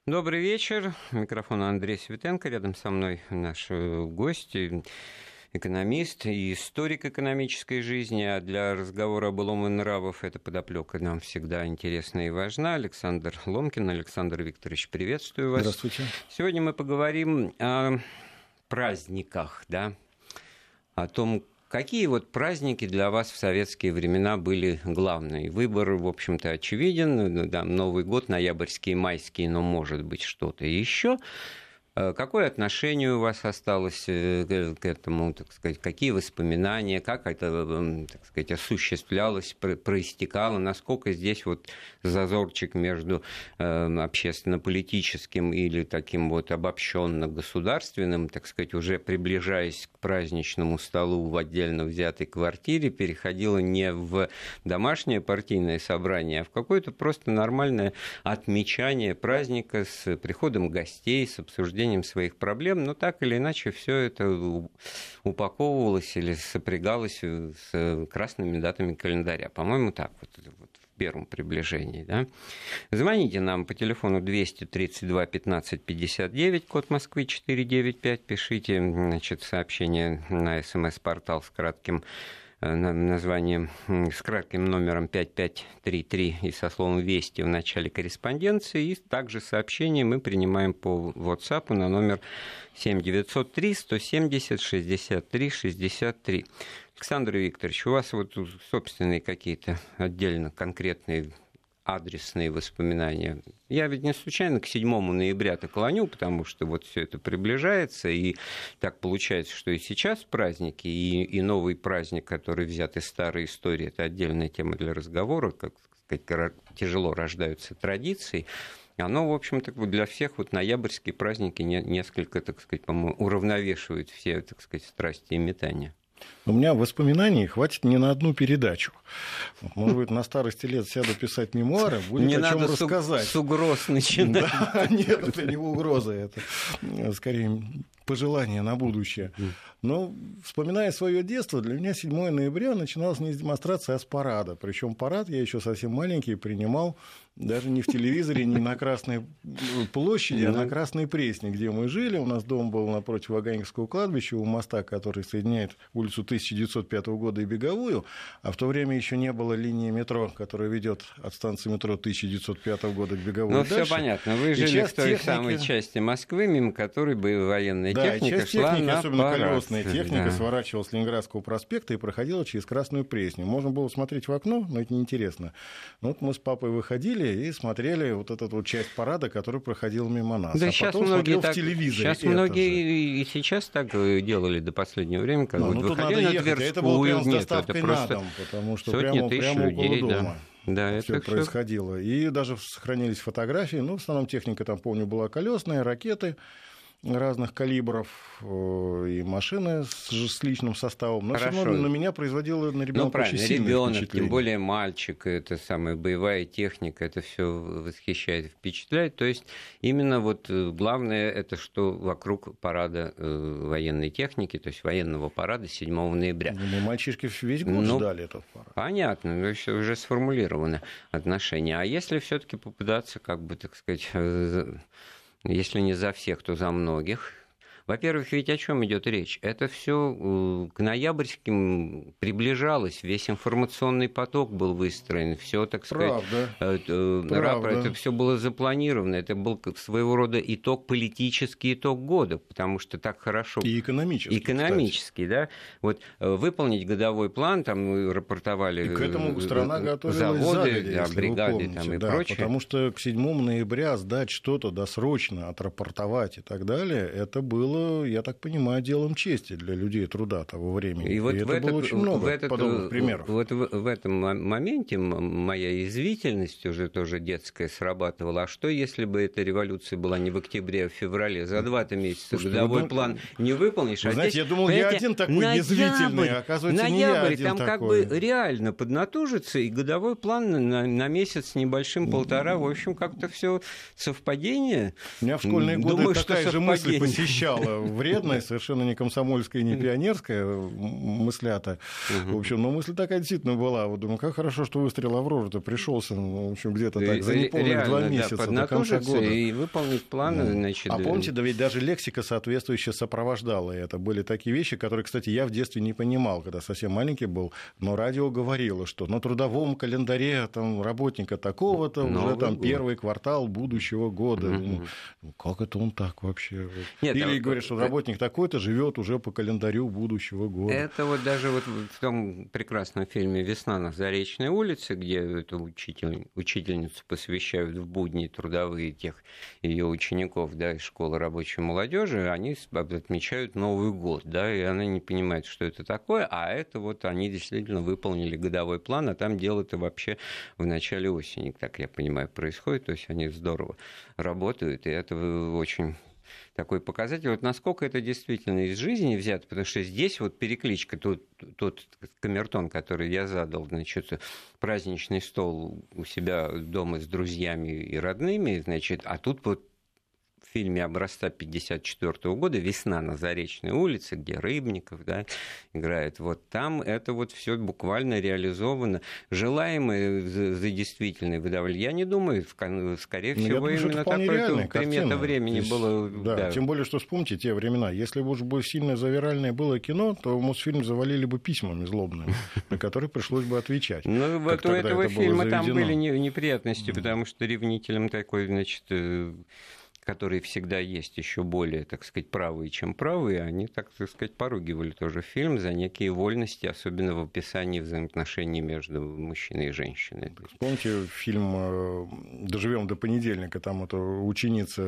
Добрый вечер. Микрофон Андрей Светенко. Рядом со мной наш гость, экономист и историк экономической жизни. А для разговора о былом и нравов эта подоплека нам всегда интересна и важна. Александр Ломкин. Александр Викторович, приветствую вас. Здравствуйте. Сегодня мы поговорим о праздниках, да? О том, какие вот праздники для вас в советские времена были главные? Выбор, в общем-то, очевиден. Да, Новый год, ноябрьские, майские, но может быть что-то еще. Какое отношение у вас осталось к этому, так сказать, какие воспоминания, как это, так сказать, осуществлялось, проистекало, насколько здесь вот зазорчик между общественно-политическим или таким вот обобщенно-государственным, так сказать, уже приближаясь к праздничному столу в отдельно взятой квартире, переходило не в домашнее партийное собрание, а в какое-то просто нормальное отмечание праздника с приходом гостей, с обсуждением своих проблем, но так или иначе все это упаковывалось или сопрягалось с красными датами календаря. По-моему, так вот в первом приближении. Да? Звоните нам по телефону 232 15 59, код Москвы 495, пишите, значит, сообщение на СМС-портал с кратким названием, с кратким номером 5533 и со словом «Вести» в начале корреспонденции. И также сообщение мы принимаем по WhatsApp на номер 7903 170 63 63. Александр Викторович, у вас вот собственные какие-то отдельно конкретные адресные воспоминания. Я ведь не случайно к 7 ноября-то клоню, потому что вот все это приближается, и так получается, что и сейчас праздники, и новый праздник, который взят из старой истории, это отдельная тема для разговора, как сказать, тяжело рождаются традиции. Оно, в общем-то, для всех вот ноябрьские праздники несколько, так сказать, по-моему, уравновешивают все, так сказать, страсти и метания. У меня воспоминаний хватит не на одну передачу. Может быть, на старости лет сяду писать мемуары, будет не о чем надо рассказать. С угроз начинать. Да, нет, это не угроза, это скорее пожелание на будущее. Но, вспоминая свое детство, для меня 7 ноября начиналась не с демонстрации, а с парада. Причем парад я еще совсем маленький принимал даже не в телевизоре, не на Красной площади, а на Красной Пресне, где мы жили. У нас дом был напротив Ваганьковского кладбища, у моста, который соединяет улицу 1905 года и Беговую. А в то время еще не было линии метро, которая ведет от станции метро 1905 года к Беговой. Ну, все понятно. Вы жили в той самой части Москвы, мимо которой военная техника шла техники, на особенно парад. колесная техника, сворачивала с Ленинградского проспекта и проходила через Красную Пресню. Можно было смотреть в окно, но это неинтересно. Но вот мы с папой выходили и смотрели вот эту вот часть парада, которая проходила мимо нас. Да, а сейчас потом многие смотрел так, в телевизоре. сейчас многие и сейчас так делали до последнего времени, когда выходили на Тверскую. Это было прямо с Нет, доставкой это на дом, потому что прямо около дома. Да, все это происходило. И даже сохранились фотографии. Ну, в основном техника, там, помню, была колесная, ракеты разных калибров и машины с личным составом. Но все равно на меня производило на ребенка очень сильное впечатление. Тем более мальчик, это самая боевая техника, это все восхищает, впечатляет. То есть именно вот главное это, что вокруг парада военной техники, то есть военного парада 7 ноября. Мы, мальчишки, весь год ждали этот парад. Понятно, уже сформулировано отношение. А если все-таки попытаться, как бы, так сказать, если не за всех, то за многих. Во-первых, ведь о чем идет речь? Это все к ноябрьским приближалось, весь информационный поток был выстроен, все, так сказать, это все было запланировано, это был своего рода политический итог года, потому что так хорошо... И экономический, да. Вот выполнить годовой план, там мы рапортовали и к этому страна готовилась заводы, загодя, бригады помните, там, и да, прочее. Потому что к 7 ноября сдать что-то досрочно, отрапортовать и так далее, это было, я так понимаю, делом чести для людей труда того времени. И вот это было очень много подобных примеров. Вот в этом моменте моя язвительность уже тоже детская срабатывала. А что, если бы эта революция была не в октябре, а в феврале? За 2 месяца годовой план не выполнишь. Вы знаете, я думал, я один такой язвительный, а оказывается, не я один там такой. Как бы реально поднатужиться, и годовой план на месяц с небольшим, полтора. В общем, как-то все совпадение. Меня в школьные годы такая же мысль посещала. была вредная, совершенно не комсомольская, не пионерская мыслята. В общем, но мысль такая действительно была. Вот думаю, как хорошо, что выстрел «Аврора»-то пришелся, в общем, где-то так, за неполных 2 месяца до конца года. И выполнить планы, значит... А помните, да ведь даже лексика соответствующая сопровождала это. Были такие вещи, которые, кстати, я в детстве не понимал, когда совсем маленький был, но радио говорило, что на трудовом календаре там, работника такого-то уже там первый квартал будущего года. Думаю, как это он так вообще? Нет, или говорят, что работник такой-то живет уже по календарю будущего года. Это вот даже вот в том прекрасном фильме «Весна на Заречной улице», где эту учительницу посвящают в будни трудовые тех ее учеников, да, из школы рабочей молодежи, они отмечают Новый год, да, и она не понимает, что это такое, а это вот они действительно выполнили годовой план, а там дело-то вообще в начале осени, так я понимаю, происходит, то есть они здорово работают, и это очень такой показатель. Вот насколько это действительно из жизни взято, потому что здесь вот перекличка, тот камертон, который я задал, значит, праздничный стол у себя дома с друзьями и родными, значит, а тут вот в фильме «Образца» 1954 года «Весна на Заречной улице», где Рыбников, да, играет, вот там это вот все буквально реализовано. Желаемое за действительное выдавали. Я не думаю, скорее всего, именно такое примета времени было. Да, тем более, что вспомните те времена. Если бы уж бы сильно завиральное было кино, то Мосфильм завалили бы письмами злобными, на которые пришлось бы отвечать. Ну, вот у этого фильма там были неприятности, потому что ревнителем такой, значит, которые всегда есть еще более, так сказать, правые, чем правые, они, так сказать, поругивали тоже фильм за некие вольности, особенно в описании взаимоотношений между мужчиной и женщиной. Помните фильм «Доживем до понедельника», там эта ученица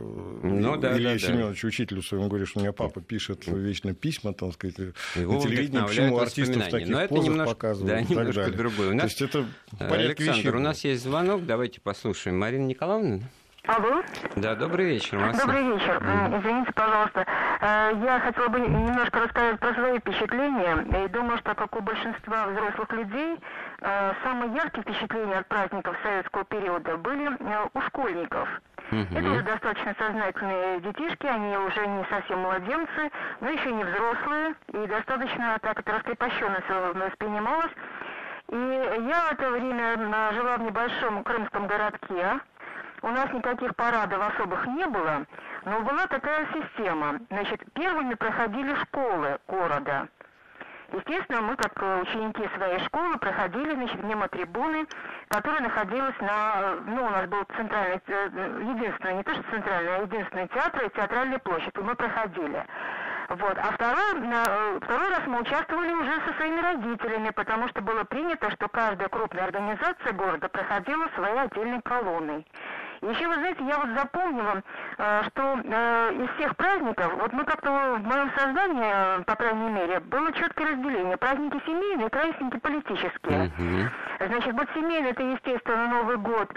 Илья Семенович учителю своему говорит, что у меня папа пишет вечно письма, там, сказать, на телевидении, почему артистов в таких позах показывают и так далее. Другое. То есть это порядок вещей. Александр, у нас есть звонок, давайте послушаем. Марина Николаевна? Алло. Да, добрый вечер, Максим. Добрый вечер. Извините, пожалуйста. Я хотела бы немножко рассказать про свои впечатления. И думаю, что, как у большинства взрослых людей, самые яркие впечатления от праздников советского периода были у школьников. Это уже достаточно сознательные детишки, они уже не совсем младенцы, но еще не взрослые, и достаточно так это раскрепощенно все воспринималось. И я в это время жила в небольшом крымском городке. У нас никаких парадов особых не было, но была такая система. Значит, первыми проходили школы города. Естественно, мы, как ученики своей школы, проходили, значит, мимо трибуны, которая находилась на... Ну, у нас был центральный... Единственный, не то что центральный, а единственный театр и театральная площадь. И мы проходили. Вот. А второй раз мы участвовали уже со своими родителями, потому что было принято, что каждая крупная организация города проходила своей отдельной колонной. Еще, вы знаете, я вот запомнила, что из всех праздников, вот мы как-то в моем сознании, по крайней мере, было четкое разделение. Праздники семейные и праздники политические. Значит, вот семейный — это, естественно, Новый год,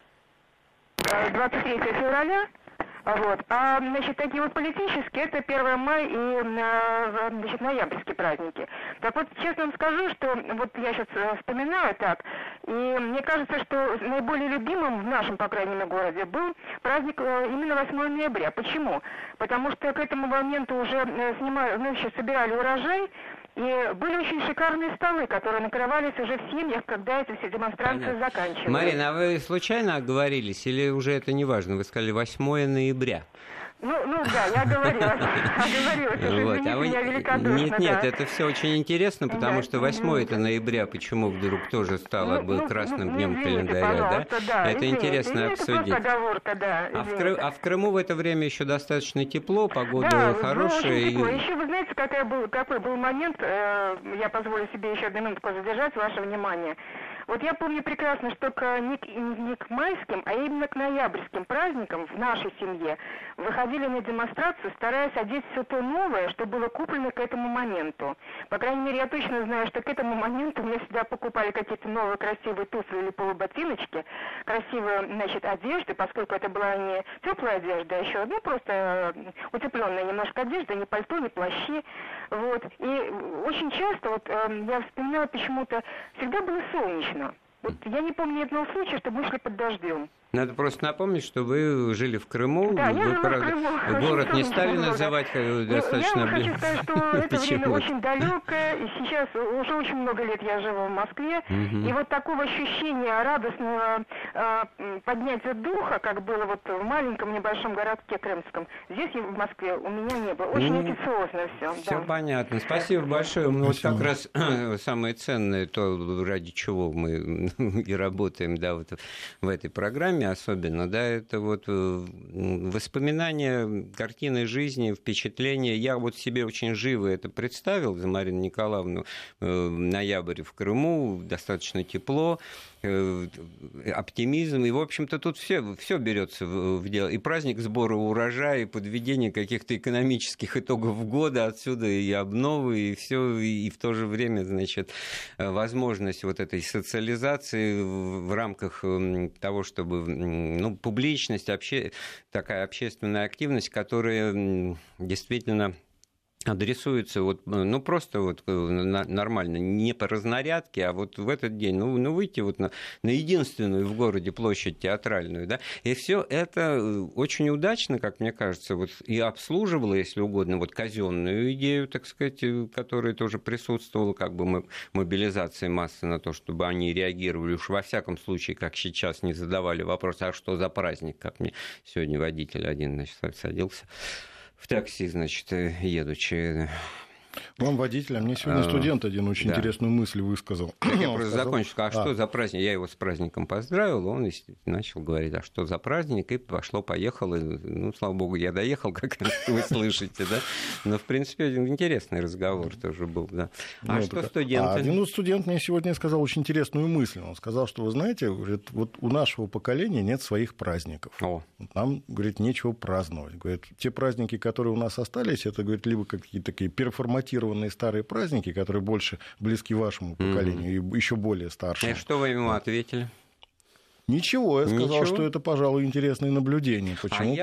23 февраля. Вот. А, значит, такие вот политические, это 1 мая и, значит, ноябрьские праздники. Так вот, честно вам скажу, что вот я сейчас вспоминаю так, и мне кажется, что наиболее любимым в нашем, по крайней мере, городе был праздник именно 8 ноября. Почему? Потому что к этому моменту уже собирали урожай, и были очень шикарные столы, которые накрывались уже в семьях, когда эти все демонстрации заканчивались. Марина, а вы случайно оговорились, или уже это не важно? Вы сказали 8 ноября. Ну да, я оговорилась. Извините меня великодушно. Нет, это все очень интересно, потому что 8 ноября почему вдруг тоже стало красным днем календаря, да? Это интересно обсудить. А в Крыму в это время еще достаточно тепло, погода хорошая. Еще вы знаете, какой был момент, я позволю себе еще одну минутку задержать ваше внимание. Вот я помню прекрасно, что не к майским, а именно к ноябрьским праздникам в нашей семье выходили на демонстрацию, стараясь одеть все то новое, что было куплено к этому моменту. По крайней мере, я точно знаю, что к этому моменту мне всегда покупали какие-то новые красивые туфли или полуботиночки, красивые, значит, одежды, поскольку это была не теплая одежда, а еще, просто утепленная немножко одежда, не пальто, не плащи. Вот. И очень часто, я вспоминаю почему-то, всегда было солнечно. Вот я не помню ни одного случая, чтобы мы шли под дождем. Надо просто напомнить, что вы жили в Крыму. Да, вы, правда, город не стали называть достаточно... Я хочу сказать, что это время очень далекое, и сейчас уже очень много лет я живу в Москве, и вот такого ощущения радостного поднятия духа, как было вот в маленьком небольшом городке крымском, здесь в Москве у меня не было. Очень официозно все. Все понятно. Спасибо большое. Вот как раз самое ценное, то, ради чего мы и работаем, да, вот в этой программе особенно, да, это вот воспоминания, картины жизни, впечатления. Я вот себе очень живо это представил за Марину Николаевну. Ноябрь в Крыму, достаточно тепло, оптимизм, и, в общем-то, тут все берется в дело. И праздник сбора урожая, и подведение каких-то экономических итогов года, отсюда и обновы, и все, и в то же время, значит, возможность вот этой социализации в рамках того, чтобы, ну, публичность, такая общественная активность, которая действительно адресуется вот, ну, просто вот нормально, не по разнарядке, а вот в этот день, ну выйти вот на единственную в городе площадь театральную, да, и все это очень удачно, как мне кажется, вот и обслуживало, если угодно, вот казенную идею, так сказать, которая тоже присутствовала, как бы мобилизация массы на то, чтобы они реагировали, уж во всяком случае, как сейчас, не задавали вопрос, а что за праздник, как мне сегодня водитель один, значит, садился в такси, значит, едучи. Вам, водитель, а мне сегодня студент один очень интересную мысль высказал. Я просто закончил, что за праздник? Я его с праздником поздравил, он начал говорить, а что за праздник, и пошло-поехало. Ну, слава богу, я доехал, как вы слышите, да? Но, в принципе, интересный разговор тоже был, да. А что студенты? Один студент мне сегодня сказал очень интересную мысль. Он сказал, что, вы знаете, говорит, вот у нашего поколения нет своих праздников. Нам, говорит, нечего праздновать. Говорит, те праздники, которые у нас остались, это, говорит, либо какие-то такие переформатированные старые праздники, которые больше близки вашему поколению и еще более старшему. И что вы ему ответили? Ничего, я сказал, что это, пожалуй, интересное наблюдение. Почему?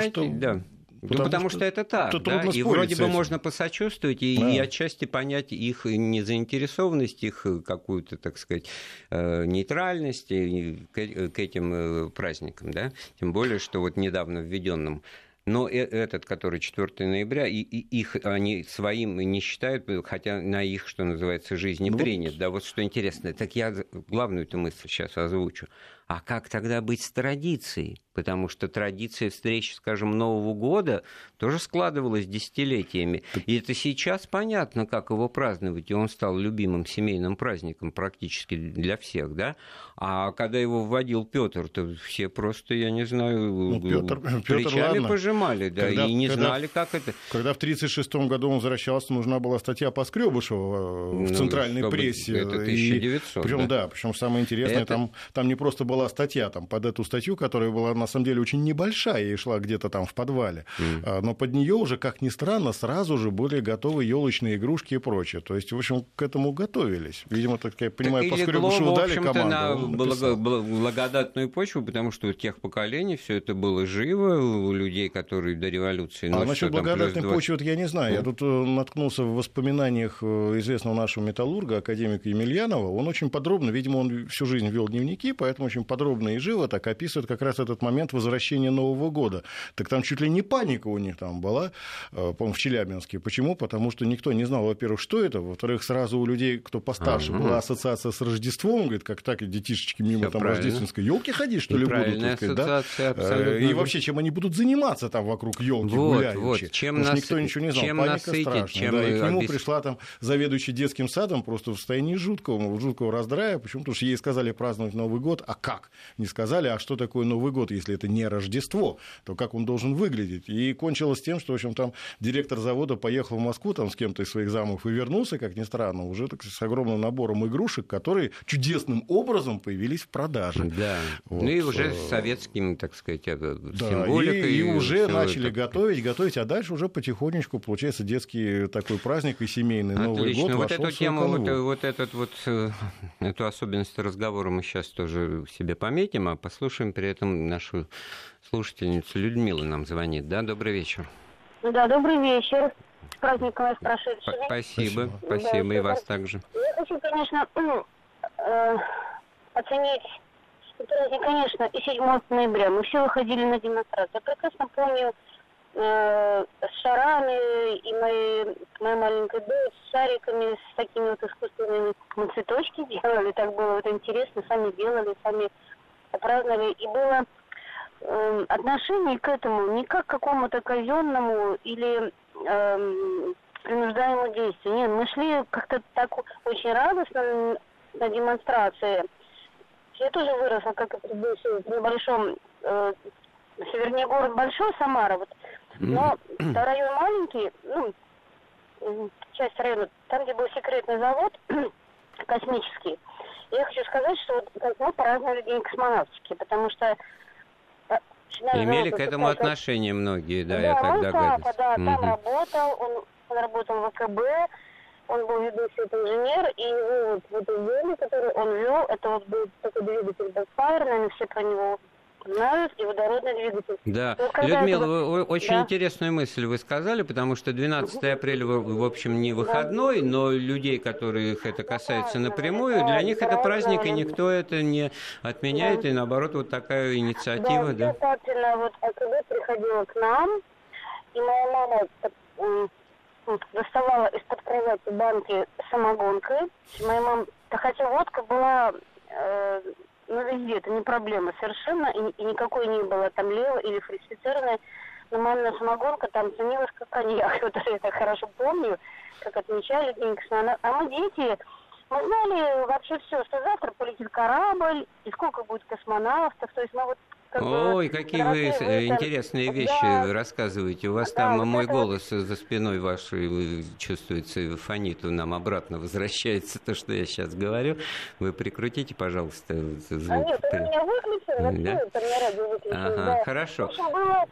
Потому что это так, да? И вроде бы можно посочувствовать и отчасти понять их незаинтересованность, их какую-то, так сказать, нейтральность к этим праздникам, да? Тем более, что вот недавно введенным. Но этот, который 4 ноября, их они своим не считают, хотя на их, что называется, жизни принят. Да, вот что интересно. Так я главную-то мысль сейчас озвучу. А как тогда быть с традицией? Потому что традиция встречи, скажем, Нового года тоже складывалась десятилетиями. И это сейчас понятно, как его праздновать. И он стал любимым семейным праздником практически для всех, да? А когда его вводил Петр, то все просто, я не знаю, плечами пожимали, да, и не знали, как это. Когда в 1936 году он возвращался, нужна была статья Поскребышева в центральной прессе. Это 1900, причем, да, причем самое интересное, там не просто была статья, там под эту статью, которая была на самом деле очень небольшая и шла где-то там в подвале, но под нее уже, как ни странно, сразу же были готовы елочные игрушки и прочее. То есть, в общем, к этому готовились. Видимо, так я понимаю, Поскребышеву дали команду. На благодатную почву, потому что у тех поколений все это было живо, у людей, которые до революции... насчет благодатной почвы, я не знаю. Я тут наткнулся в воспоминаниях известного нашего металлурга, академика Емельянова. Он очень подробно, видимо, он всю жизнь вел дневники, поэтому очень подробно и живо так описывает как раз этот момент возвращения Нового года. Так там чуть ли не паника у них там была, по-моему, в Челябинске. Почему? Потому что никто не знал, во-первых, что это, во-вторых, сразу у людей, кто постарше, была ассоциация с Рождеством, говорит, как так, и детишечки мимо там рождественской елки ходить, что ли, будут, так сказать, да? И вообще, чем они будут заниматься там вокруг елки, гуляющие? Никто ничего не знал, паника страшная. Да, и к нему пришла там заведующая детским садом просто в состоянии жуткого раздрая. Почему? Потому что ей сказали праздновать Новый год, а как? Не сказали, а что такое Новый год, если это не Рождество, то как он должен выглядеть? И кончилось тем, что, в общем, там директор завода поехал в Москву там с кем-то из своих замов и вернулся, как ни странно, уже так, с огромным набором игрушек, которые чудесным образом появились в продаже. Да. Вот. Ну и уже с советским, так сказать, символикой. И уже начали готовить, а дальше уже потихонечку получается детский такой праздник и семейный Новый год. Вот эту тему, эту особенность разговора мы сейчас тоже себе пометим, а послушаем при этом нашу слушательницу Людмила нам звонит. Да, добрый вечер. Да, добрый вечер. С праздником вас прошедшими. Спасибо, да, и вас также. Я хочу, конечно, оценить праздник, конечно, и 7 ноября. Мы все выходили на демонстрацию. Я прекрасно помню с шарами и моя маленькая дочь с шариками, с такими вот искусственными. Мы цветочки делали, так было вот интересно, сами делали, сами праздновали. И было отношение к этому не как к какому-то казенному или принуждаемому действию. Нет, мы шли как-то так очень радостно на демонстрации. Я тоже выросла, как и предыдущий, в небольшом, севернее город большой, Самара, вот. Но район маленький, часть района, там, где был секретный завод космический. Я хочу сказать, что вот мы праздновали День космонавтики, потому что... Имели к этому отношение многие, да, я так догадываюсь. Да, там работал, он работал в ВКБ, он был ведущий инженер, и его вот в этом деле, который он вел, это вот был такой двигатель Backfire, наверное, все про него знают, и водородный двигатель. Да, Людмила, вы очень интересную мысль вы сказали, потому что 12 апреля, в общем, не выходной, но людей, которых это касается напрямую, для них это праздник, и никто это не отменяет, и наоборот, вот такая инициатива. Да, обязательно, вот АКБ приходила к нам, и моя мама доставала из-под кровати банки с самогонкой. Моя мама, хотя водка была... везде, это не проблема совершенно, и никакой не было там лево или фальсифицированной, но мамина самогонка там ценилась как коньяк, вот я так хорошо помню, как отмечали День космонавтов. А мы дети, мы знали вообще все, что завтра полетит корабль, и сколько будет космонавтов, то есть мы вот... Ой, какие вы интересные вещи рассказываете. У вас там мой голос за спиной ваш чувствуется, фонит, нам обратно возвращается то, что я сейчас говорю. Вы прикрутите, пожалуйста, звук. Нет, это меня выключили, вообще, это мне радио выключили. Ага, хорошо. В общем, было,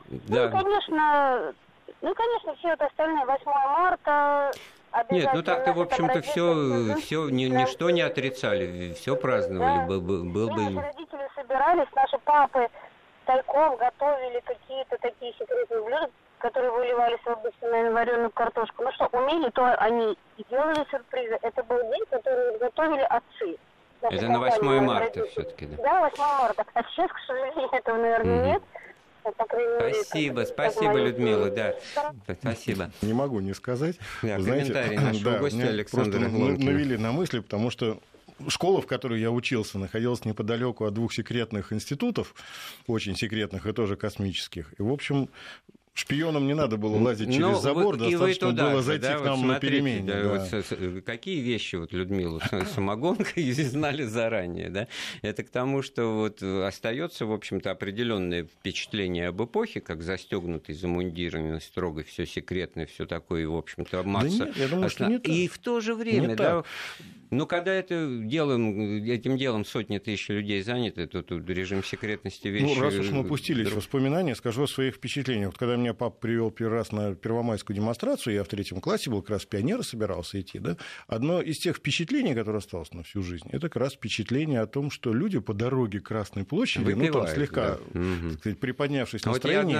конечно, все это остальное, 8 марта... Нет, так-то, в общем-то, все ничто не отрицали, все праздновали. Наши родители собирались, наши папы тайком готовили какие-то такие секретные блюда, которые выливались в обычную вареную картошку. Ну что, умели, то они и делали сюрпризы. Это был день, который готовили отцы. Это на 8 марта все-таки, да? Да, 8 марта. А сейчас, к сожалению, этого, наверное, нет. Спасибо, Людмила, да. Спасибо. Не могу не сказать. Комментарий нашего гостя Александра Глонкина. Навели на мысли, потому что школа, в которой я учился, находилась неподалеку от 2 секретных институтов, очень секретных и тоже космических. И, в общем, шпионам не надо было лазить через забор, достаточно было зайти к нам на перемене. Вот, какие вещи, вот, Людмила, самогонкой знали заранее, да? Это к тому, что вот остается, в общем-то, определенное впечатление об эпохе, как застегнутый, замундированный, строго, все секретное, все такое, в общем-то, масса. Да нет, я думаю, что не так. И в то же время, да. Но когда этим делом сотни тысяч людей заняты, то тут режим секретности вещи... Ну, раз уж мы пустились в воспоминания, скажу о своих впечатлениях. Вот когда меня папа привел первый раз на первомайскую демонстрацию, я в 3 классе был, как раз в пионеры собирался идти, да, одно из тех впечатлений, которое осталось на всю жизнь, это как раз впечатление о том, что люди по дороге к Красной площади, выпивают, там слегка, так сказать, приподнявшись настроение,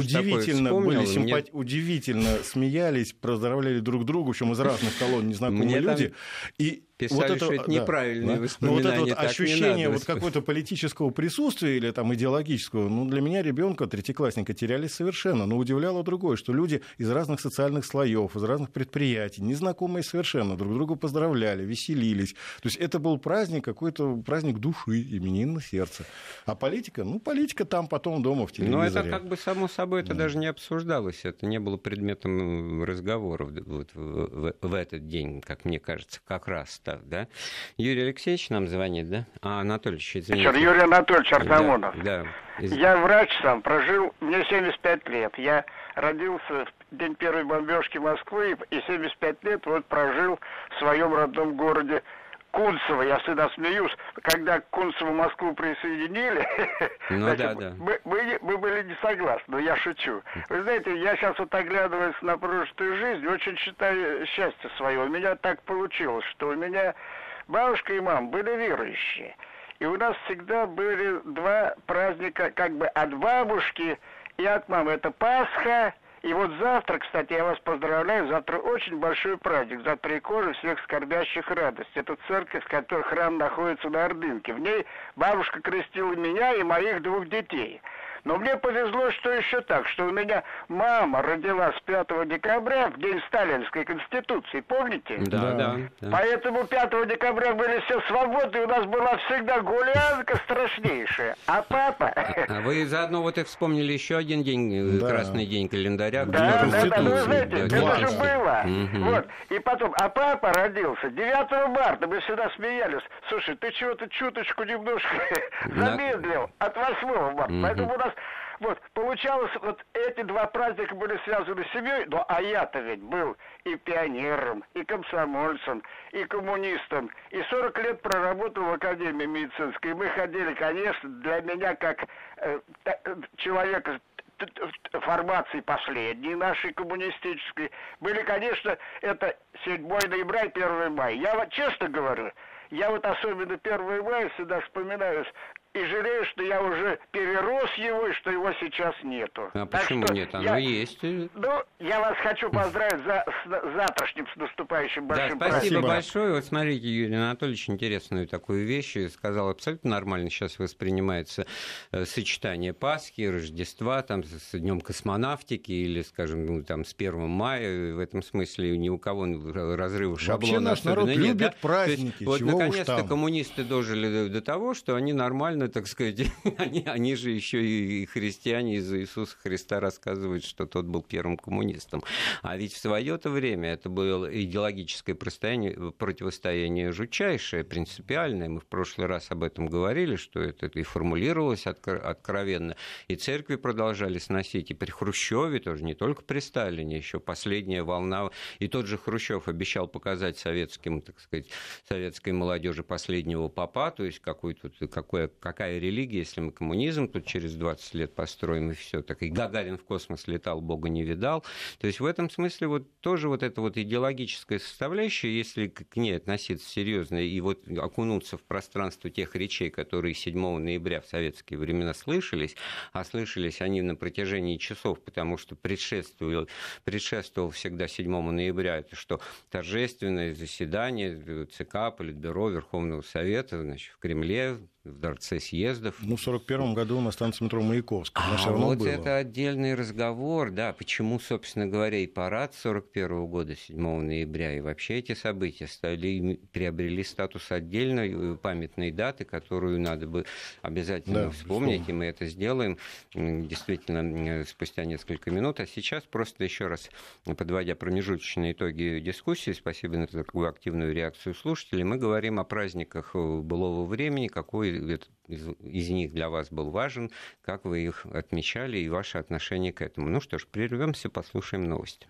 удивительно смеялись, поздравляли друг друга, в общем, из разных колонн незнакомые люди, и писали, вот это, что это неправильные воспоминания. Но вот это вот ощущение вот какого-то политического присутствия или там идеологического, для меня, ребенка, третьеклассника, терялись совершенно. Но удивляло другое, что люди из разных социальных слоев, из разных предприятий, незнакомые совершенно, друг друга поздравляли, веселились. То есть это был праздник, какой-то праздник души, именин сердца. А политика? политика там потом дома в телевизоре. Но это как бы само собой, это даже не обсуждалось, это не было предметом разговоров вот в этот день, как мне кажется, как раз так. Да? Юрий Алексеевич нам звонит, да? Анатольевич, извините. Юрий Анатольевич Артамонов. Да. Я врач сам, прожил, мне 75 лет. Я родился в день первой бомбежки Москвы и 75 лет вот прожил в своем родном городе Кунцево. Я всегда смеюсь, когда к Кунцеву Москву присоединили, мы были не согласны, но я шучу. Вы знаете, я сейчас вот оглядываясь на прожитую жизнь, очень считаю счастье свое. У меня так получилось, что у меня бабушка и мама были верующие. И у нас всегда были 2 праздника как бы от бабушки и от мамы. Это Пасха И вот завтра, кстати, я вас поздравляю, завтра очень большой праздник. Завтра икона всех скорбящих радость. Это церковь, в которой храм находится на Ордынке. В ней бабушка крестила меня и моих 2 детей. Но мне повезло, что еще так, что у меня мама родилась 5 декабря, в день Сталинской Конституции, помните? Да. Поэтому 5 декабря были все свободны, у нас была всегда гулянка страшнейшая. А папа... А вы заодно вот и вспомнили еще один день, красный день календаря. Да, вы знаете, это же было. Вот. И потом, а папа родился 9 марта, мы всегда смеялись. Слушай, ты чего-то чуточку немножко замедлил от 8 марта. Поэтому у нас вот получалось, вот эти 2 праздника были связаны с семьей, ну а я-то ведь был и пионером, и комсомольцем, и коммунистом, и 40 лет проработал в Академии медицинской. Мы ходили, конечно, для меня как человека формации последней нашей коммунистической, были, конечно, это 7 ноября и 1 мая. Я вот честно говорю, я вот особенно 1 мая всегда вспоминаю и жалею, что я уже перерос его, и что его сейчас нету. А почему нет? Оно есть. Ну, я вас хочу поздравить с завтрашним, с наступающим большим праздником. Спасибо большое. Вот смотрите, Юрий Анатольевич интересную такую вещь сказал. Абсолютно нормально сейчас воспринимается сочетание Пасхи, Рождества, там, с Днем космонавтики или, скажем, ну, там, с 1 мая. В этом смысле ни у кого разрыва шаблона особенно нет. Вообще наш народ любит праздники. Есть, вот, наконец-то коммунисты дожили до того, что они нормально, так сказать, они же еще и христиане, из Иисуса Христа рассказывают, что тот был первым коммунистом. А ведь в свое-то время это было идеологическое противостояние жутчайшее, принципиальное. Мы в прошлый раз об этом говорили, что это и формулировалось откровенно. И церкви продолжали сносить. И при Хрущеве тоже, не только при Сталине, еще последняя волна. И тот же Хрущев обещал показать советским, так сказать, советской молодежи последнего попа, то есть какая религия, если мы коммунизм тут через 20 лет построим, и все так. И Гагарин в космос летал, Бога не видал. То есть в этом смысле вот тоже вот эта вот идеологическая составляющая, если к ней относиться серьезно и вот окунуться в пространство тех речей, которые 7 ноября в советские времена слышались, а слышались они на протяжении часов, потому что предшествовал всегда 7 ноября, это что торжественное заседание ЦК, Политбюро, Верховного Совета, значит, в Кремле, в Дворце съездов. Ну, в 1941 году на станции метро Маяковская. Вот было. Это отдельный разговор, да, почему, собственно говоря, и парад 1941 года, 7 ноября, и вообще эти события приобрели статус отдельной памятной даты, которую надо бы обязательно вспомнить, и мы это сделаем действительно спустя несколько минут. А сейчас просто еще раз, подводя промежуточные итоги дискуссии, спасибо за такую активную реакцию слушателей, мы говорим о праздниках былого времени, какой из них для вас был важен, как вы их отмечали и ваше отношение к этому. Ну что ж, прервемся, послушаем новости.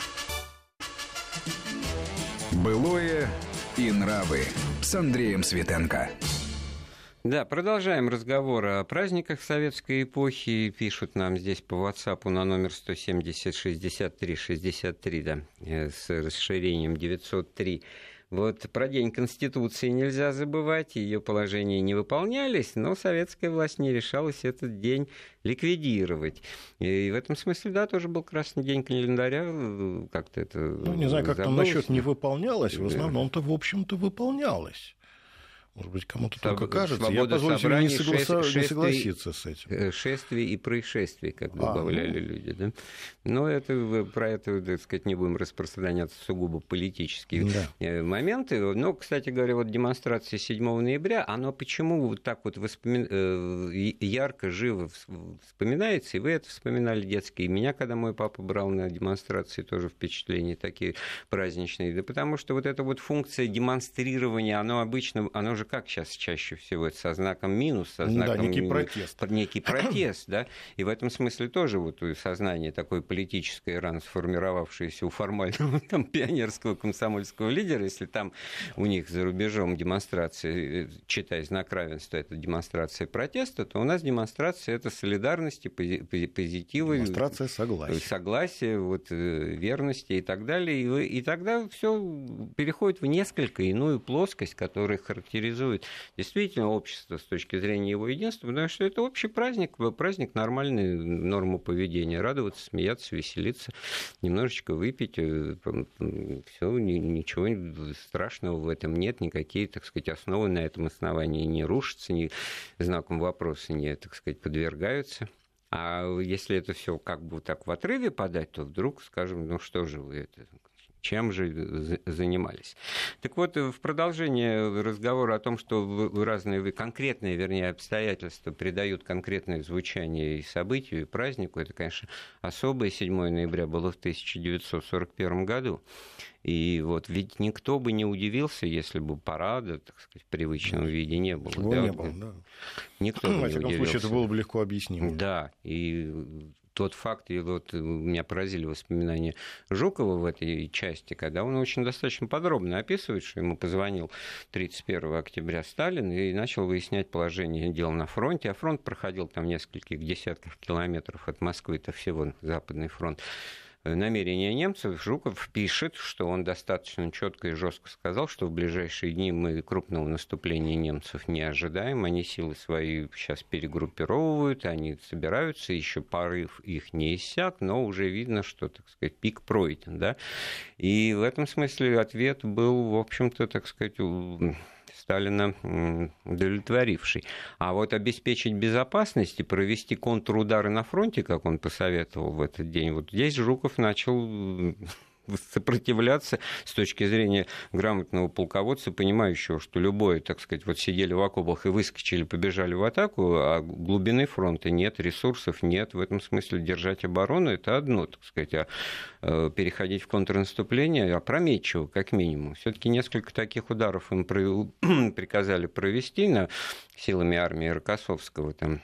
Былое и нравы с Андреем Светенко. Да, продолжаем разговор о праздниках советской эпохи. Пишут нам здесь по WhatsApp на номер 170-63-63, да, с расширением 903. Вот про День Конституции нельзя забывать, ее положения не выполнялись, но советская власть не решалась этот день ликвидировать. И в этом смысле, да, тоже был красный день календаря, как-то это... Ну, не знаю, как там насчет не выполнялось, в основном-то, в общем-то, выполнялось. Может быть, кому-то только кажется. Я позволю себе не согласиться с этим. Шествий и происшествий, как добавляли люди. Да? Но это, про это, так сказать, не будем распространяться сугубо политические моменты. Но, кстати говоря, вот демонстрация 7 ноября, она почему вот так вот ярко, живо вспоминается, и вы это вспоминали детские. И меня, когда мой папа брал на демонстрации, тоже впечатления такие праздничные. Да потому что вот эта вот функция демонстрирования, оно же как сейчас чаще всего, это со знаком минус, со знаком... Да, некий протест. Некий протест, да, и в этом смысле тоже вот сознание такое политическое, рано сформировавшееся у формального там, пионерского комсомольского лидера, если там у них за рубежом демонстрация, читай знак равенства, это демонстрация протеста, то у нас демонстрация это солидарности, позитива. Демонстрация согласия. Согласия, вот, верности и так далее. И тогда все переходит в несколько иную плоскость, которая характеризует характеризует действительно общество с точки зрения его единства, потому что это общий праздник, праздник нормальной нормы поведения, радоваться, смеяться, веселиться, немножечко выпить, все, ничего страшного в этом нет, никакие, так сказать, основы на этом основании не рушатся, ни знаком вопроса не, так сказать, подвергаются. А если это все как бы так в отрыве подать, то вдруг скажем, ну что же вы это... Чем же занимались? Так вот, в продолжение разговора о том, что разные конкретные, вернее, обстоятельства придают конкретное звучание и событию, и празднику, это, конечно, особое 7 ноября было в 1941 году. И вот ведь никто бы не удивился, если бы парада, так сказать, в привычном виде не было. Его не было, да. Никто бы не удивился. Во всяком случае, это было бы легко объяснимо. Да, и тот факт, и вот меня поразили воспоминания Жукова в этой части, когда он очень достаточно подробно описывает, что ему позвонил 31 октября Сталин и начал выяснять положение дел на фронте, а фронт проходил там нескольких десятков километров от Москвы, это всего Западный фронт. Намерения немцев, Жуков пишет, что он достаточно четко и жестко сказал, что в ближайшие дни мы крупного наступления немцев не ожидаем, они силы свои сейчас перегруппировывают, они собираются, еще порыв их не иссяк, но уже видно, что, так сказать, пик пройден, да, и в этом смысле ответ был, в общем-то, так сказать, Сталина удовлетворивший. А вот обеспечить безопасность и провести контрудары на фронте, как он посоветовал в этот день, вот здесь Жуков начал сопротивляться с точки зрения грамотного полководца, понимающего, что любое, так сказать, вот сидели в окопах и выскочили, побежали в атаку, а глубины фронта нет, ресурсов нет. В этом смысле держать оборону – это одно, так сказать, а переходить в контрнаступление опрометчиво, как минимум. Все-таки несколько таких ударов им приказали провести силами армии Рокоссовского там,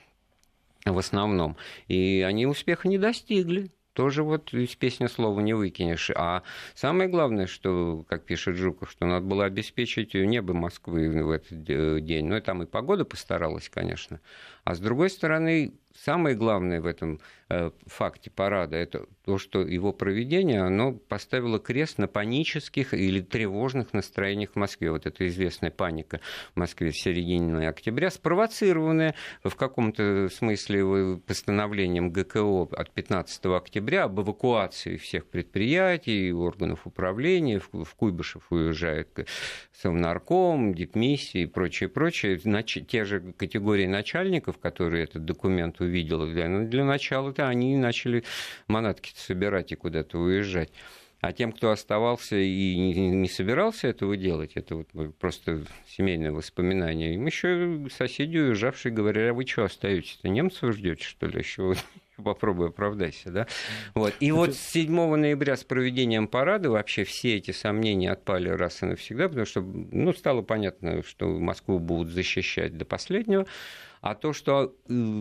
в основном, и они успеха не достигли. Тоже вот из песни слова не выкинешь. А самое главное, что, как пишет Жуков, что надо было обеспечить небо Москвы в этот день. Ну, и там и погода постаралась, конечно. А с другой стороны, самое главное в этом факте парада, это то, что его проведение, оно поставило крест на панических или тревожных настроениях в Москве. Вот эта известная паника в Москве в середине октября, спровоцированная в каком-то смысле постановлением ГКО от 15 октября об эвакуации всех предприятий, органов управления. В Куйбышев уезжает Совнарком, дипмиссия и прочее. Те же категории начальников, которые этот документ увидели, для начала-то они начали манатки собирать и куда-то уезжать. А тем, кто оставался и не собирался этого делать, это вот просто семейное воспоминание. Им еще соседи, уезжавшие, говорят: а вы что остаетесь-то? Немцев ждете, что ли, еще? Попробуй оправдайся, да? Вот. И вот с 7 ноября с проведением парада вообще все эти сомнения отпали раз и навсегда, потому что стало понятно, что Москву будут защищать до последнего. А то, что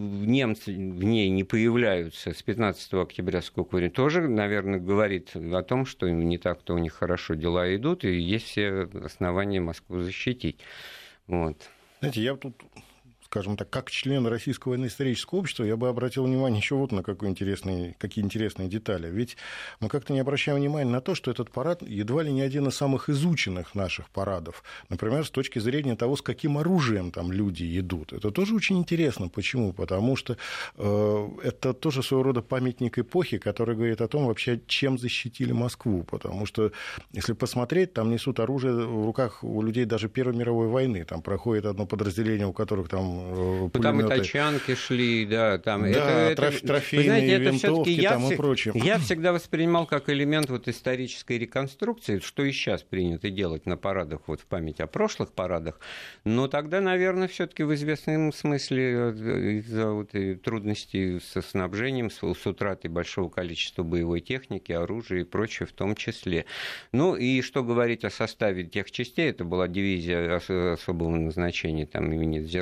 немцы в ней не появляются с 15 октября сколько времени, тоже, наверное, говорит о том, что не так-то у них хорошо дела идут, и есть все основания Москву защитить. Вот. Знаете, я тут, скажем так, как член Российского военно-исторического общества, я бы обратил внимание еще вот на какие интересные детали. Ведь мы как-то не обращаем внимания на то, что этот парад едва ли не один из самых изученных наших парадов. Например, с точки зрения того, с каким оружием там люди идут. Это тоже очень интересно. Почему? Потому что это тоже своего рода памятник эпохи, который говорит о том, вообще, чем защитили Москву. Потому что, если посмотреть, там несут оружие в руках у людей даже Первой мировой войны. Там проходит одно подразделение, у которых там пулеметы. Там и тачанки шли, да. Там, да, трофейные винтовки там и прочее. Я всегда воспринимал как элемент вот исторической реконструкции, что и сейчас принято делать на парадах, вот в память о прошлых парадах. Но тогда, наверное, все-таки в известном смысле из-за вот трудностей со снабжением, с утратой большого количества боевой техники, оружия и прочее в том числе. Ну и что говорить о составе тех частей, это была дивизия особого назначения там, имени Дзержинского,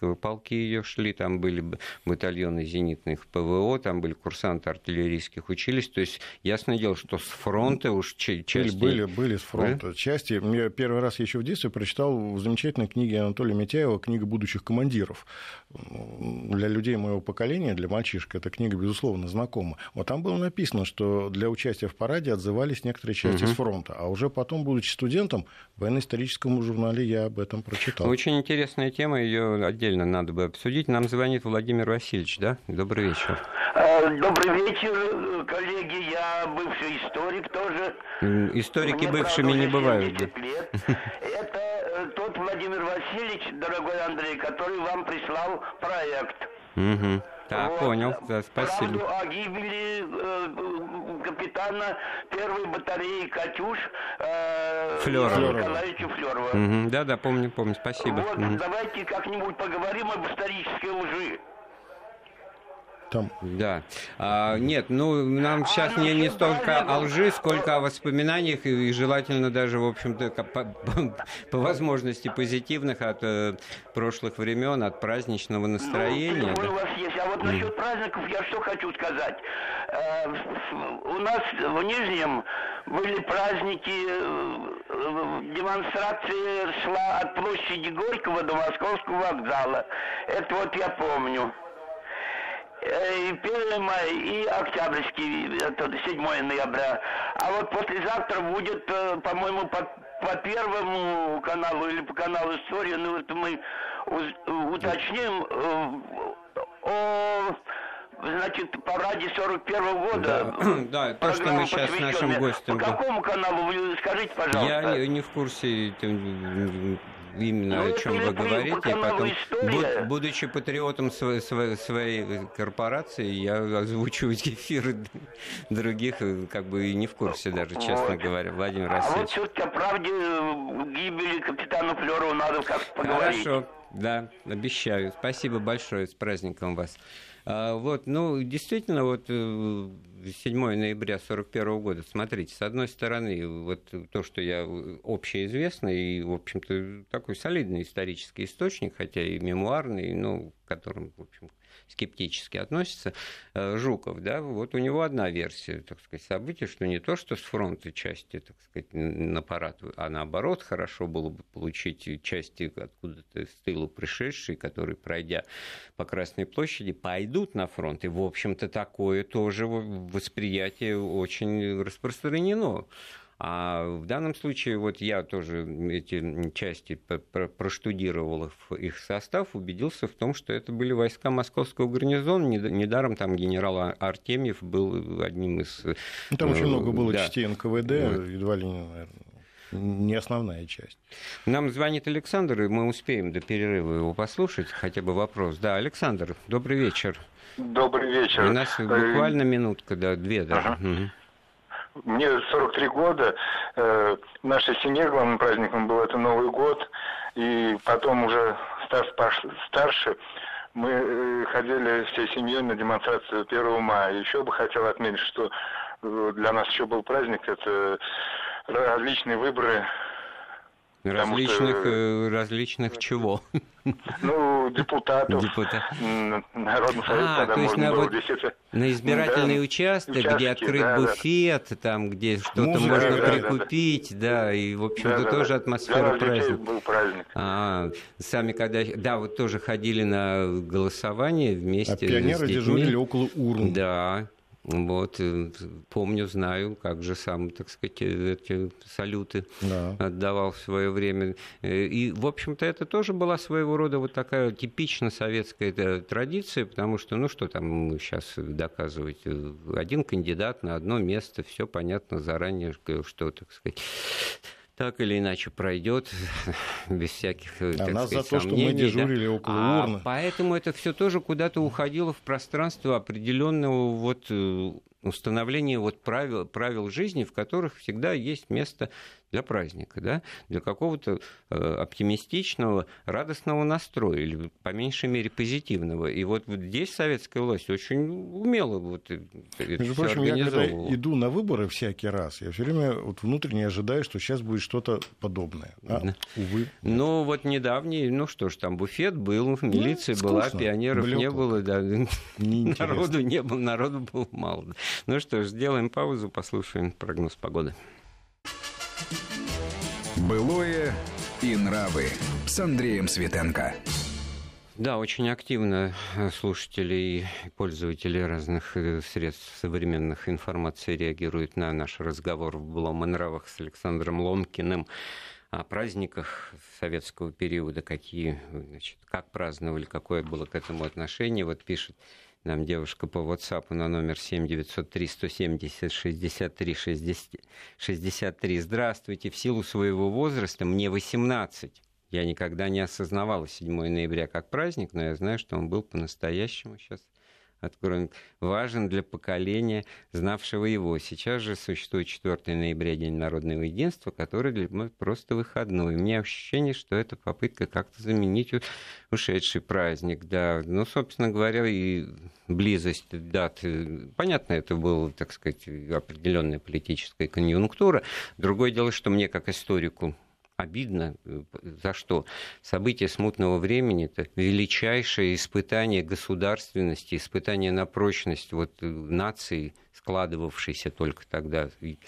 артиллерийского, полки ее шли, там были батальоны зенитных ПВО, там были курсанты артиллерийских училищ. То есть, ясное дело, что с фронта уж части... Были с фронта части. Я первый раз еще в детстве прочитал в замечательной книге Анатолия Митяева «Книга будущих командиров». Для людей моего поколения, для мальчишек, эта книга, безусловно, знакома. Вот там было написано, что для участия в параде отзывались некоторые части с фронта. А уже потом, будучи студентом, в военно-историческом журнале я об этом прочитал. Очень интересная тема, ее отдельно надо бы обсудить. Нам звонит Владимир Васильевич, да? Добрый вечер. Добрый вечер, коллеги. Я бывший историк тоже. Историки бывшими не бывают. Да? Лет. Это тот Владимир Васильевич, дорогой Андрей, который вам прислал проект. Угу. Так, вот. Понял, да, спасибо. Правду о гибели капитана первой батареи «Катюш» Николаевича Флёрова. Угу. Да, помню, спасибо. Вот, давайте как-нибудь поговорим об исторической лжи. Там. Да. Нет, нам сейчас не столько о лжи, сколько о воспоминаниях, и желательно даже, в общем-то, по возможности позитивных от прошлых времен, от праздничного настроения. У вас есть. А вот насчет праздников я что хочу сказать. У нас в Нижнем были праздники, демонстрация шла от площади Горького до Московского вокзала. Это вот я помню. И 1 мая, и Октябрьский, это 7 ноября. А вот послезавтра будет, по-моему, по Первому каналу или по каналу «История», это мы уточним о, значит, параде 41-го года. Да, то, что мы сейчас с нашим гостем... По какому каналу, вы скажите, пожалуйста? Я не в курсе... Именно о чем вы говорите, и потом, будучи патриотом своей корпорации, я озвучивать эфиры других, как бы и не в курсе даже, честно говоря, Владимир Васильевич. А вот все-таки о правде гибели капитана Флёрова надо как-то поговорить. Хорошо, да, обещаю. Спасибо большое, с праздником вас. Действительно, 7 ноября 1941 года, смотрите, с одной стороны, вот то, что я общеизвестный и, в общем-то, такой солидный исторический источник, хотя и мемуарный, к которому, в общем, скептически относится, Жуков, да, вот у него одна версия, так сказать, событий, что не то, что с фронта части, так сказать, на парад, а наоборот, хорошо было бы получить части откуда-то с тылу пришедшие, которые, пройдя по Красной площади, пойдут на фронт. И, в общем-то, такое тоже восприятие очень распространено. А в данном случае я тоже эти части проштудировал их состав, убедился в том, что это были войска московского гарнизона. Недаром там генерал Артемьев был одним из... Там очень много было частей НКВД, едва ли, наверное, не основная часть. Нам звонит Александр, и мы успеем до перерыва его послушать, хотя бы вопрос. Да, Александр, добрый вечер. Добрый вечер. У нас буквально минутка, две даже. Ага. Угу. Мне 43 года. Нашей семье главным праздником был это Новый год. И потом уже старше мы ходили всей семьей на демонстрацию 1 мая. Еще бы хотел отметить, что для нас еще был праздник. Это различные выборы. Различных чего? Депутатов. Народный совет, то есть на избирательный участок, где открыт буфет, там, где что-то можно прикупить, и, в общем-то, тоже атмосфера праздника. Был праздник. Сами когда, тоже ходили на голосование вместе с детьми. Пионеры дежурили около урн. Да. Помню, знаю, как же сам, так сказать, эти салюты отдавал в свое время. И, в общем-то, это тоже была своего рода такая типично советская традиция, потому что, что там сейчас доказывать? Один кандидат на одно место, все понятно заранее, что, так сказать... так или иначе пройдет, без всяких нас сказать, за то, сомнений. Что мы дежурили около урны. Поэтому это все тоже куда-то уходило в пространство определенного установления правил жизни, в которых всегда есть место для праздника, да, для какого-то оптимистичного, радостного настроя, или, по меньшей мере, позитивного. И вот здесь советская власть очень умело вот это Между всё прочим, я когда организовывала. иду на выборы всякий раз, я все время вот внутренне ожидаю, что сейчас будет что-то подобное. Увы. Ну, вот недавний, ну что ж, там буфет был, милиция была, скучно, пионеров не блёкло. было, да, Неинтересно. народу не было, народу было мало. Ну что ж, сделаем паузу, послушаем прогноз погоды. Былое и нравы с Андреем Светенко. Да, очень активно слушатели и пользователи разных средств современных информации реагируют на наш разговор в «Былом и нравах» с Александром Ломкиным о праздниках советского периода, какие, значит, как праздновали, какое было к этому отношение. Вот пишет нам девушка по WhatsApp на номер 7-903-170-63-63. Здравствуйте, в силу своего возраста мне 18. Я никогда не осознавала 7 ноября как праздник, но я знаю, что он был по-настоящему, сейчас откроем, важен для поколения, знавшего его. Сейчас же существует 4 ноября, День народного единства, который для меня просто выходной. У меня ощущение, что это попытка как-то заменить ушедший праздник. Да. Ну, собственно говоря, и близость дат. Понятно, это была, так сказать, определенная политическая конъюнктура. Другое дело, что мне, как историку, обидно. За что? События смутного времени — это величайшее испытание государственности, испытание на прочность вот нации, складывавшейся только тогда.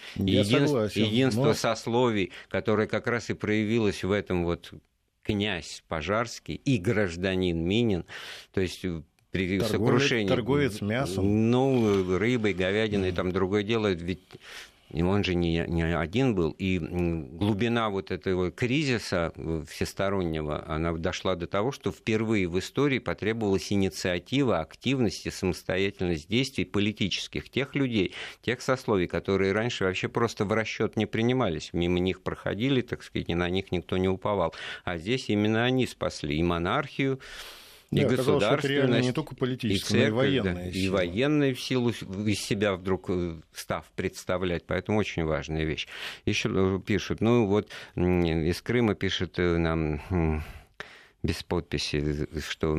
Единство сословий, которое как раз и проявилось в этом вот князь Пожарский и гражданин Минин. То есть при сокрушении... Торговец мясом. Ну, рыбой, говядиной, там другое дело, ведь... И он же не один был. И глубина вот этого кризиса всестороннего, она дошла до того, что впервые в истории потребовалась инициатива, активность и самостоятельность действий политических тех людей, тех сословий, которые раньше вообще просто в расчет не принимались. Мимо них проходили, так сказать, и на них никто не уповал. А здесь именно они спасли и монархию, и государственность, не только политическая, но и военная да, сила. И военная в силу из себя вдруг став представлять. Поэтому очень важная вещь. Еще пишут, ну вот из Крыма пишет нам без подписи, что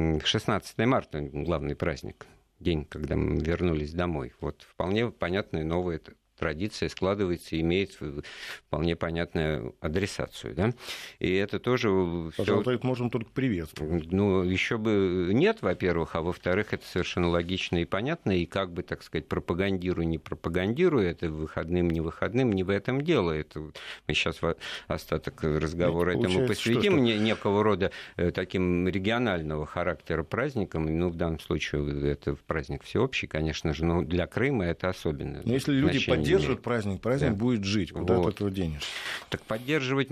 16 марта главный праздник, день, когда мы вернулись домой. Вот вполне понятная новая традиция складывается и имеет вполне понятную адресацию. Да? И это тоже... Пожалуй, это можем только приветствовать. Ну, еще бы нет, во-первых, а во-вторых, это совершенно логично и понятно, и как бы, так сказать, пропагандируя, не пропагандируя, это выходным, не в этом дело. Это мы сейчас остаток разговора этому посвятим, некого рода таким регионального характера праздникам. Ну, в данном случае это праздник всеобщий, конечно же, но для Крыма это особенно. Но если люди поддерживают праздник да. будет жить, куда вот. От этого денешься? Так поддерживать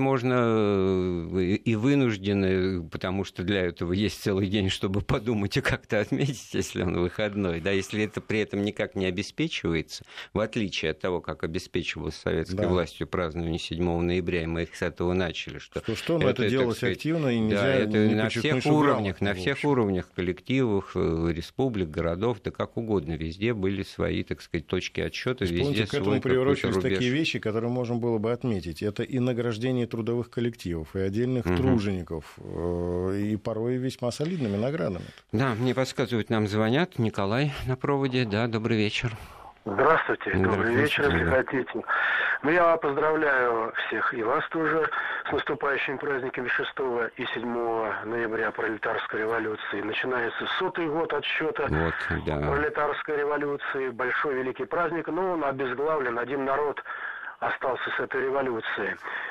можно и вынужденно, потому что для этого есть целый день, чтобы подумать и как-то отметить, если он выходной. Да, если это при этом никак не обеспечивается, в отличие от того, как обеспечивалось советской властью празднование 7 ноября, и мы их с этого начали. Что но это делалось активно, и нельзя это не на всех уровнях, коллективах, республик, городов, да как угодно, везде были свои, так сказать, точки отсчета, везде к этому приурочились такие вещи, которые можно было бы отметить. Это и награждение трудовых коллективов, и отдельных тружеников, и порой весьма солидными наградами. Да, мне подсказывают, нам звонят. Николай на проводе. Да, добрый вечер. Здравствуйте, добрый вечер, если хотите. Ну, я поздравляю всех и вас тоже с наступающими праздниками 6 и 7 ноября пролетарской революции. Начинается 100-й год отсчета пролетарской революции, большой великий праздник, но он обезглавлен, один народ остался с этой революции.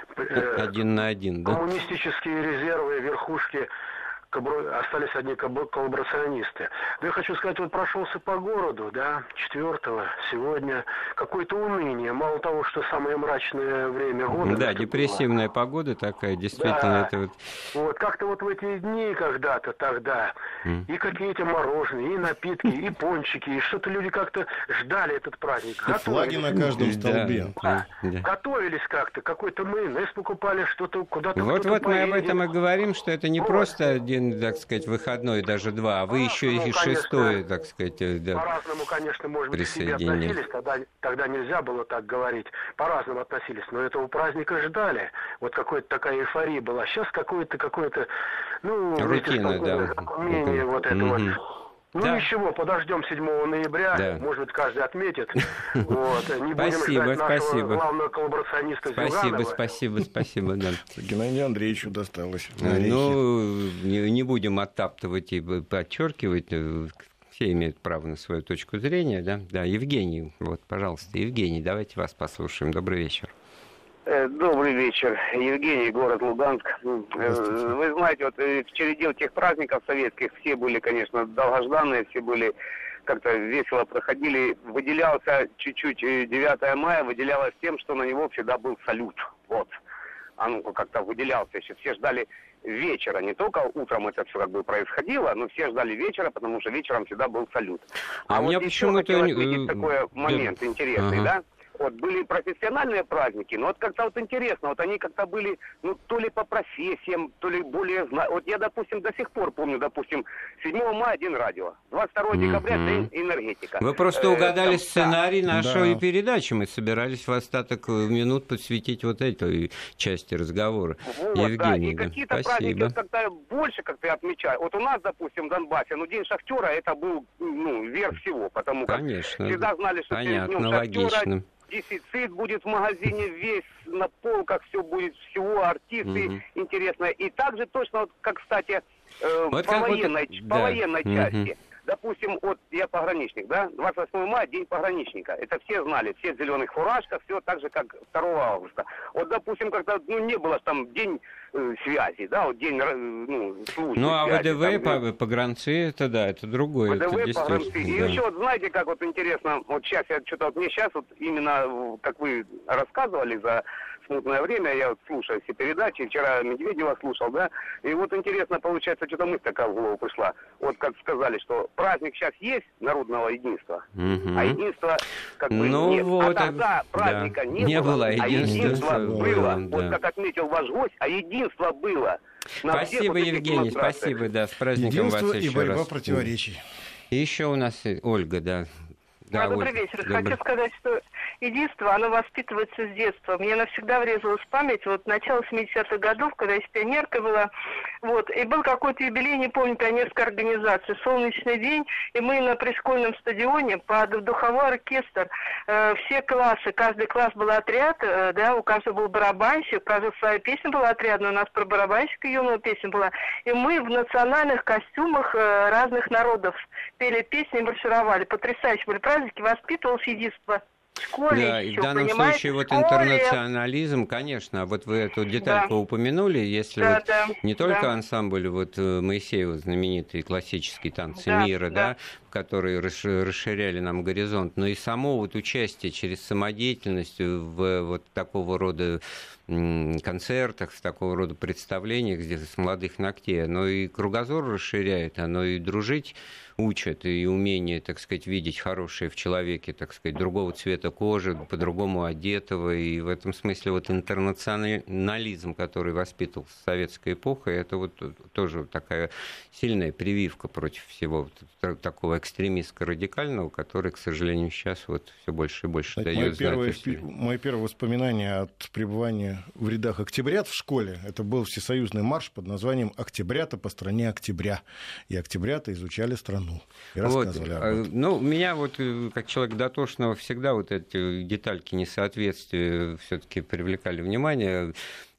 Один на один, да? Коммунистические резервы, верхушки остались одни коллаборационисты. Да я хочу сказать, вот прошелся по городу, да, 4-го, сегодня какое-то уныние. Мало того, что самое мрачное время года. Да, депрессивная погода такая, действительно. Да. Это вот как-то вот в эти дни когда-то тогда и какие-то мороженые, и напитки, и пончики, и что-то люди как-то ждали этот праздник. И флаги на каждом столбе. Да. Готовились как-то, какой-то майонез покупали, что-то куда-то. Вот мы об этом и говорим, что это не просто один, так сказать, выходной, даже два, а вы еще и шестой, так сказать, да, по-разному, конечно, может быть, к себе относились, тогда нельзя было так говорить, по-разному относились, но этого праздника ждали, вот какая-то такая эйфория была, сейчас какое-то, ну, рутина, да, менее вот это вот. Ну да. ничего, подождем 7 ноября, да. Может быть, каждый отметит. Вот. Не будем ждать нашего главного коллаборациониста Зюганова. Спасибо, да. Геннадию Андреевичу досталось. Ну, не будем оттаптывать и подчеркивать. Все имеют право на свою точку зрения, да? Да, Евгений, вот, пожалуйста, Евгений, давайте вас послушаем. Добрый вечер. Добрый вечер. Евгений, город Луганск. Вы знаете, вот в череде тех праздников советских все были, конечно, долгожданные, все были как-то весело проходили. Выделялся чуть-чуть 9 мая, выделялось тем, что на него всегда был салют. Вот. Оно как-то выделялся еще. Все ждали вечера. Не только утром это все как бы происходило, но все ждали вечера, потому что вечером всегда был салют. А вот мне почему-то такой момент интересный, да? Вот, были профессиональные праздники, но вот как-то вот интересно, вот они как-то были, ну, то ли по профессиям, то ли более... Вот я, допустим, до сих пор помню, 7 мая День радио, 22 декабря День энергетика. Вы просто угадали сценарий нашей передачи, мы собирались в остаток минут посвятить вот этой части разговора. Вот, Евгений, да, и какие-то праздники вот как-то больше как-то отмечают. Вот у нас, допустим, в Донбассе, День шахтера, это был, верх всего, потому как всегда знали, что перед Днем шахтера дефицит будет в магазине весь, на полках все будет, всего артисты интересные. И также точно, вот, как, кстати, вот по военной части. Допустим, вот я пограничник, да, 28 мая, День пограничника. Это все знали, все в зеленых фуражках, все так же, как 2 августа. Вот, допустим, как-то, не было там День связи, да, вот День, службы. Ну, а связи, ВДВ, погранцы, это да, это другое. ВДВ, это погранцы. И еще, вот знаете, как вот интересно, вот сейчас я что-то, вот мне сейчас вот именно, как вы рассказывали за смутное время, я вот слушаю все передачи, вчера Медведева слушал, да, и вот интересно, получается, что-то мысль такая в голову пришла. Вот как сказали, что праздник сейчас есть народного единства, а единства как бы нет. Вот, а тогда праздника не было, а единство было. Вот как отметил ваш гость, а единство было. Спасибо, Евгений, спасибо, да, с праздником вас еще раз. Единство и борьба противоречий. И еще у нас Ольга, да. Да, добрый вечер. Хочу сказать, что единство, оно воспитывается с детства. Мне навсегда врезалась в память, вот начало 70-х годов, когда я пионеркой была, вот, и был какой-то юбилей, не помню, пионерская организация, солнечный день, и мы на пришкольном стадионе под духовой оркестр, все классы, каждый класс был отряд, да, у каждого был барабанщик, у каждого своя песня была отрядная, у нас про барабанщика юного песня была, и мы в национальных костюмах разных народов пели песни и маршировали. Потрясающе были праздники, воспитывалось единство. Школе да, еще, и в данном случае вот интернационализм, конечно, вот вы эту детальку упомянули, если не только ансамбль вот Моисеева, знаменитые классические танцы мира, да, которые расширяли нам горизонт, но и само вот участие через самодеятельность в вот такого рода концертах, в такого рода представлениях, где с молодых ногтей, оно и кругозор расширяет, оно и дружить учат, и умение, так сказать, видеть хорошее в человеке, так сказать, другого цвета кожи, по-другому одетого, и в этом смысле вот интернационализм, который воспитывался советской эпохой, это вот тоже такая сильная прививка против всего такого экстремистско-радикального, который, к сожалению, сейчас вот все больше и больше дает знать. Мое первое воспоминание от пребывания в рядах октябрят в школе, это был всесоюзный марш под названием «Октябрята по стране октября». И октябрята изучали страну. И рассказывали об этом. Ну, меня вот, как человек дотошного, всегда вот эти детальки несоответствия все-таки привлекали внимание.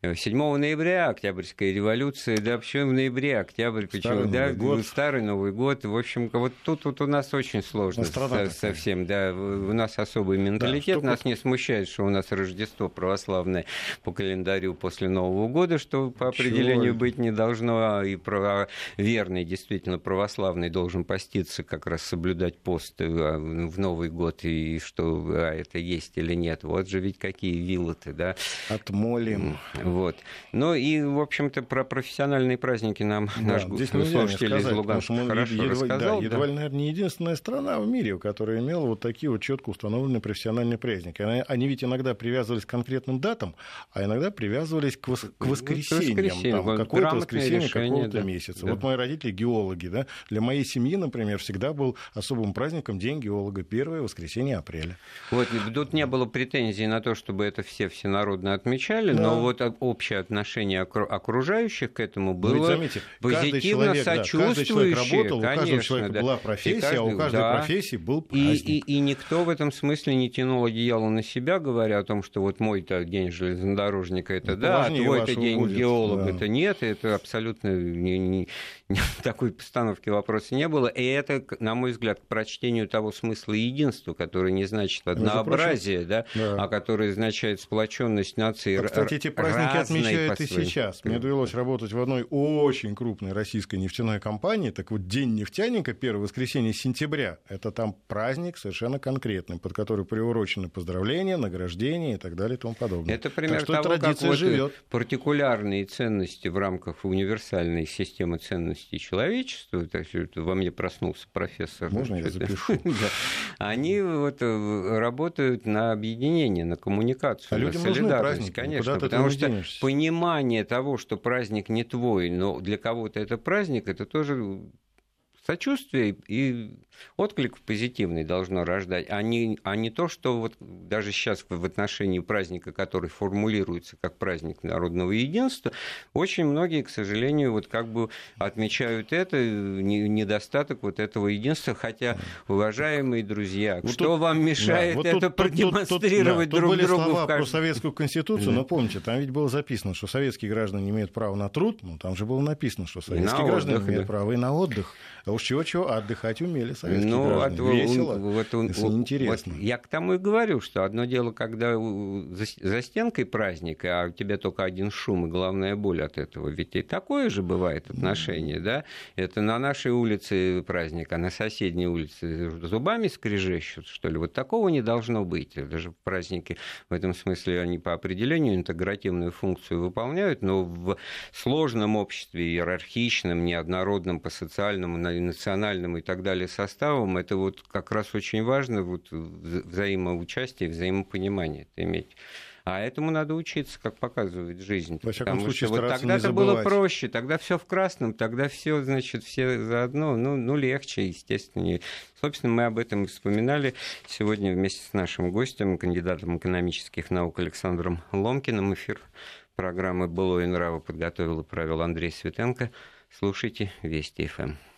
7 ноября, Октябрьская революция, да, почему в ноябре, октябрь, почему, Старый Новый год, в общем, вот тут вот у нас очень сложно совсем, да, у нас особый менталитет, нас не смущает, что у нас Рождество православное по календарю после Нового года, что по определению быть не должно, и верный, действительно православный должен поститься, как раз соблюдать пост в Новый год, и что это есть или нет, вот же ведь какие вилоты, да. Отмолим. Вот. Ну и, в общем-то, про профессиональные праздники нам наш слушатель из Луганска хорошо рассказал. Едва ли, наверное, не единственная страна в мире, которая имела вот такие вот четко установленные профессиональные праздники. Они ведь иногда привязывались к конкретным датам, а иногда привязывались к воскресеньям. Там, какое-то воскресенье какого-то месяца. Да. Вот мои родители геологи. Да? Для моей семьи, например, всегда был особым праздником День геолога, первое воскресенье апреля. Вот, тут не было претензий на то, чтобы это все всенародно отмечали, да. Но вот общее отношение окружающих к этому было заметьте, позитивно сочувствующее. Каждый человек работал, конечно, у каждого человека была профессия, а у каждой профессии был праздник. И никто в этом смысле не тянул одеяло на себя, говоря о том, что вот мой-то день железнодорожника это да, а твой-то день геолога это нет, это абсолютно такой постановки вопроса не было. И это, на мой взгляд, к прочтению того смысла единства, который не значит однообразие, да, а который означает сплоченность нации. Кстати, эти праздники отмечают и сейчас. Мне довелось работать в одной очень крупной российской нефтяной компании. Так вот, День нефтяника, первое воскресенье сентября, это там праздник совершенно конкретный, под который приурочены поздравления, награждения и так далее и тому подобное. Это пример того, как вот партикулярные ценности в рамках универсальной системы ценностей человечества, во мне проснулся профессор. Можно я запишу? Они вот работают на объединение, на коммуникацию, на солидарность, конечно, потому что понимание того, что праздник не твой, но для кого-то это праздник, это тоже сочувствие и отклик позитивный должно рождать, а не то, что вот даже сейчас в отношении праздника, который формулируется как праздник народного единства, очень многие, к сожалению, вот как бы отмечают это, недостаток вот этого единства, хотя, уважаемые друзья, вот что вам мешает это продемонстрировать друг другу? Тут были слова про советскую конституцию, но помните, там ведь было записано, что советские граждане имеют право на труд, ну там же было написано, что советские граждане имеют право и на отдых. А уж чего-чего, отдыхать умели советские граждане. Весело, интересно. Вот я к тому и говорю, что одно дело, когда за стенкой праздника, а у тебя только один шум и главная боль от этого. Ведь и такое же бывает отношение, да? Это на нашей улице праздник, а на соседней улице зубами скрежещут, что ли? Вот такого не должно быть. Даже праздники в этом смысле, они по определению интегративную функцию выполняют, но в сложном обществе, иерархичном, неоднородном по социальному, национальным и так далее составам, это вот как раз очень важно, вот взаимоучастие, взаимопонимание это иметь. А этому надо учиться, как показывает жизнь. Во всяком случае, вот тогда-то было проще, тогда все в красном, тогда все, значит, все заодно, ну легче, естественно. Собственно, мы об этом и вспоминали сегодня вместе с нашим гостем, кандидатом экономических наук Александром Ломкиным. Эфир программы «Былое нравы» подготовил и провел Андрей Светенко. Слушайте Вести ФМ.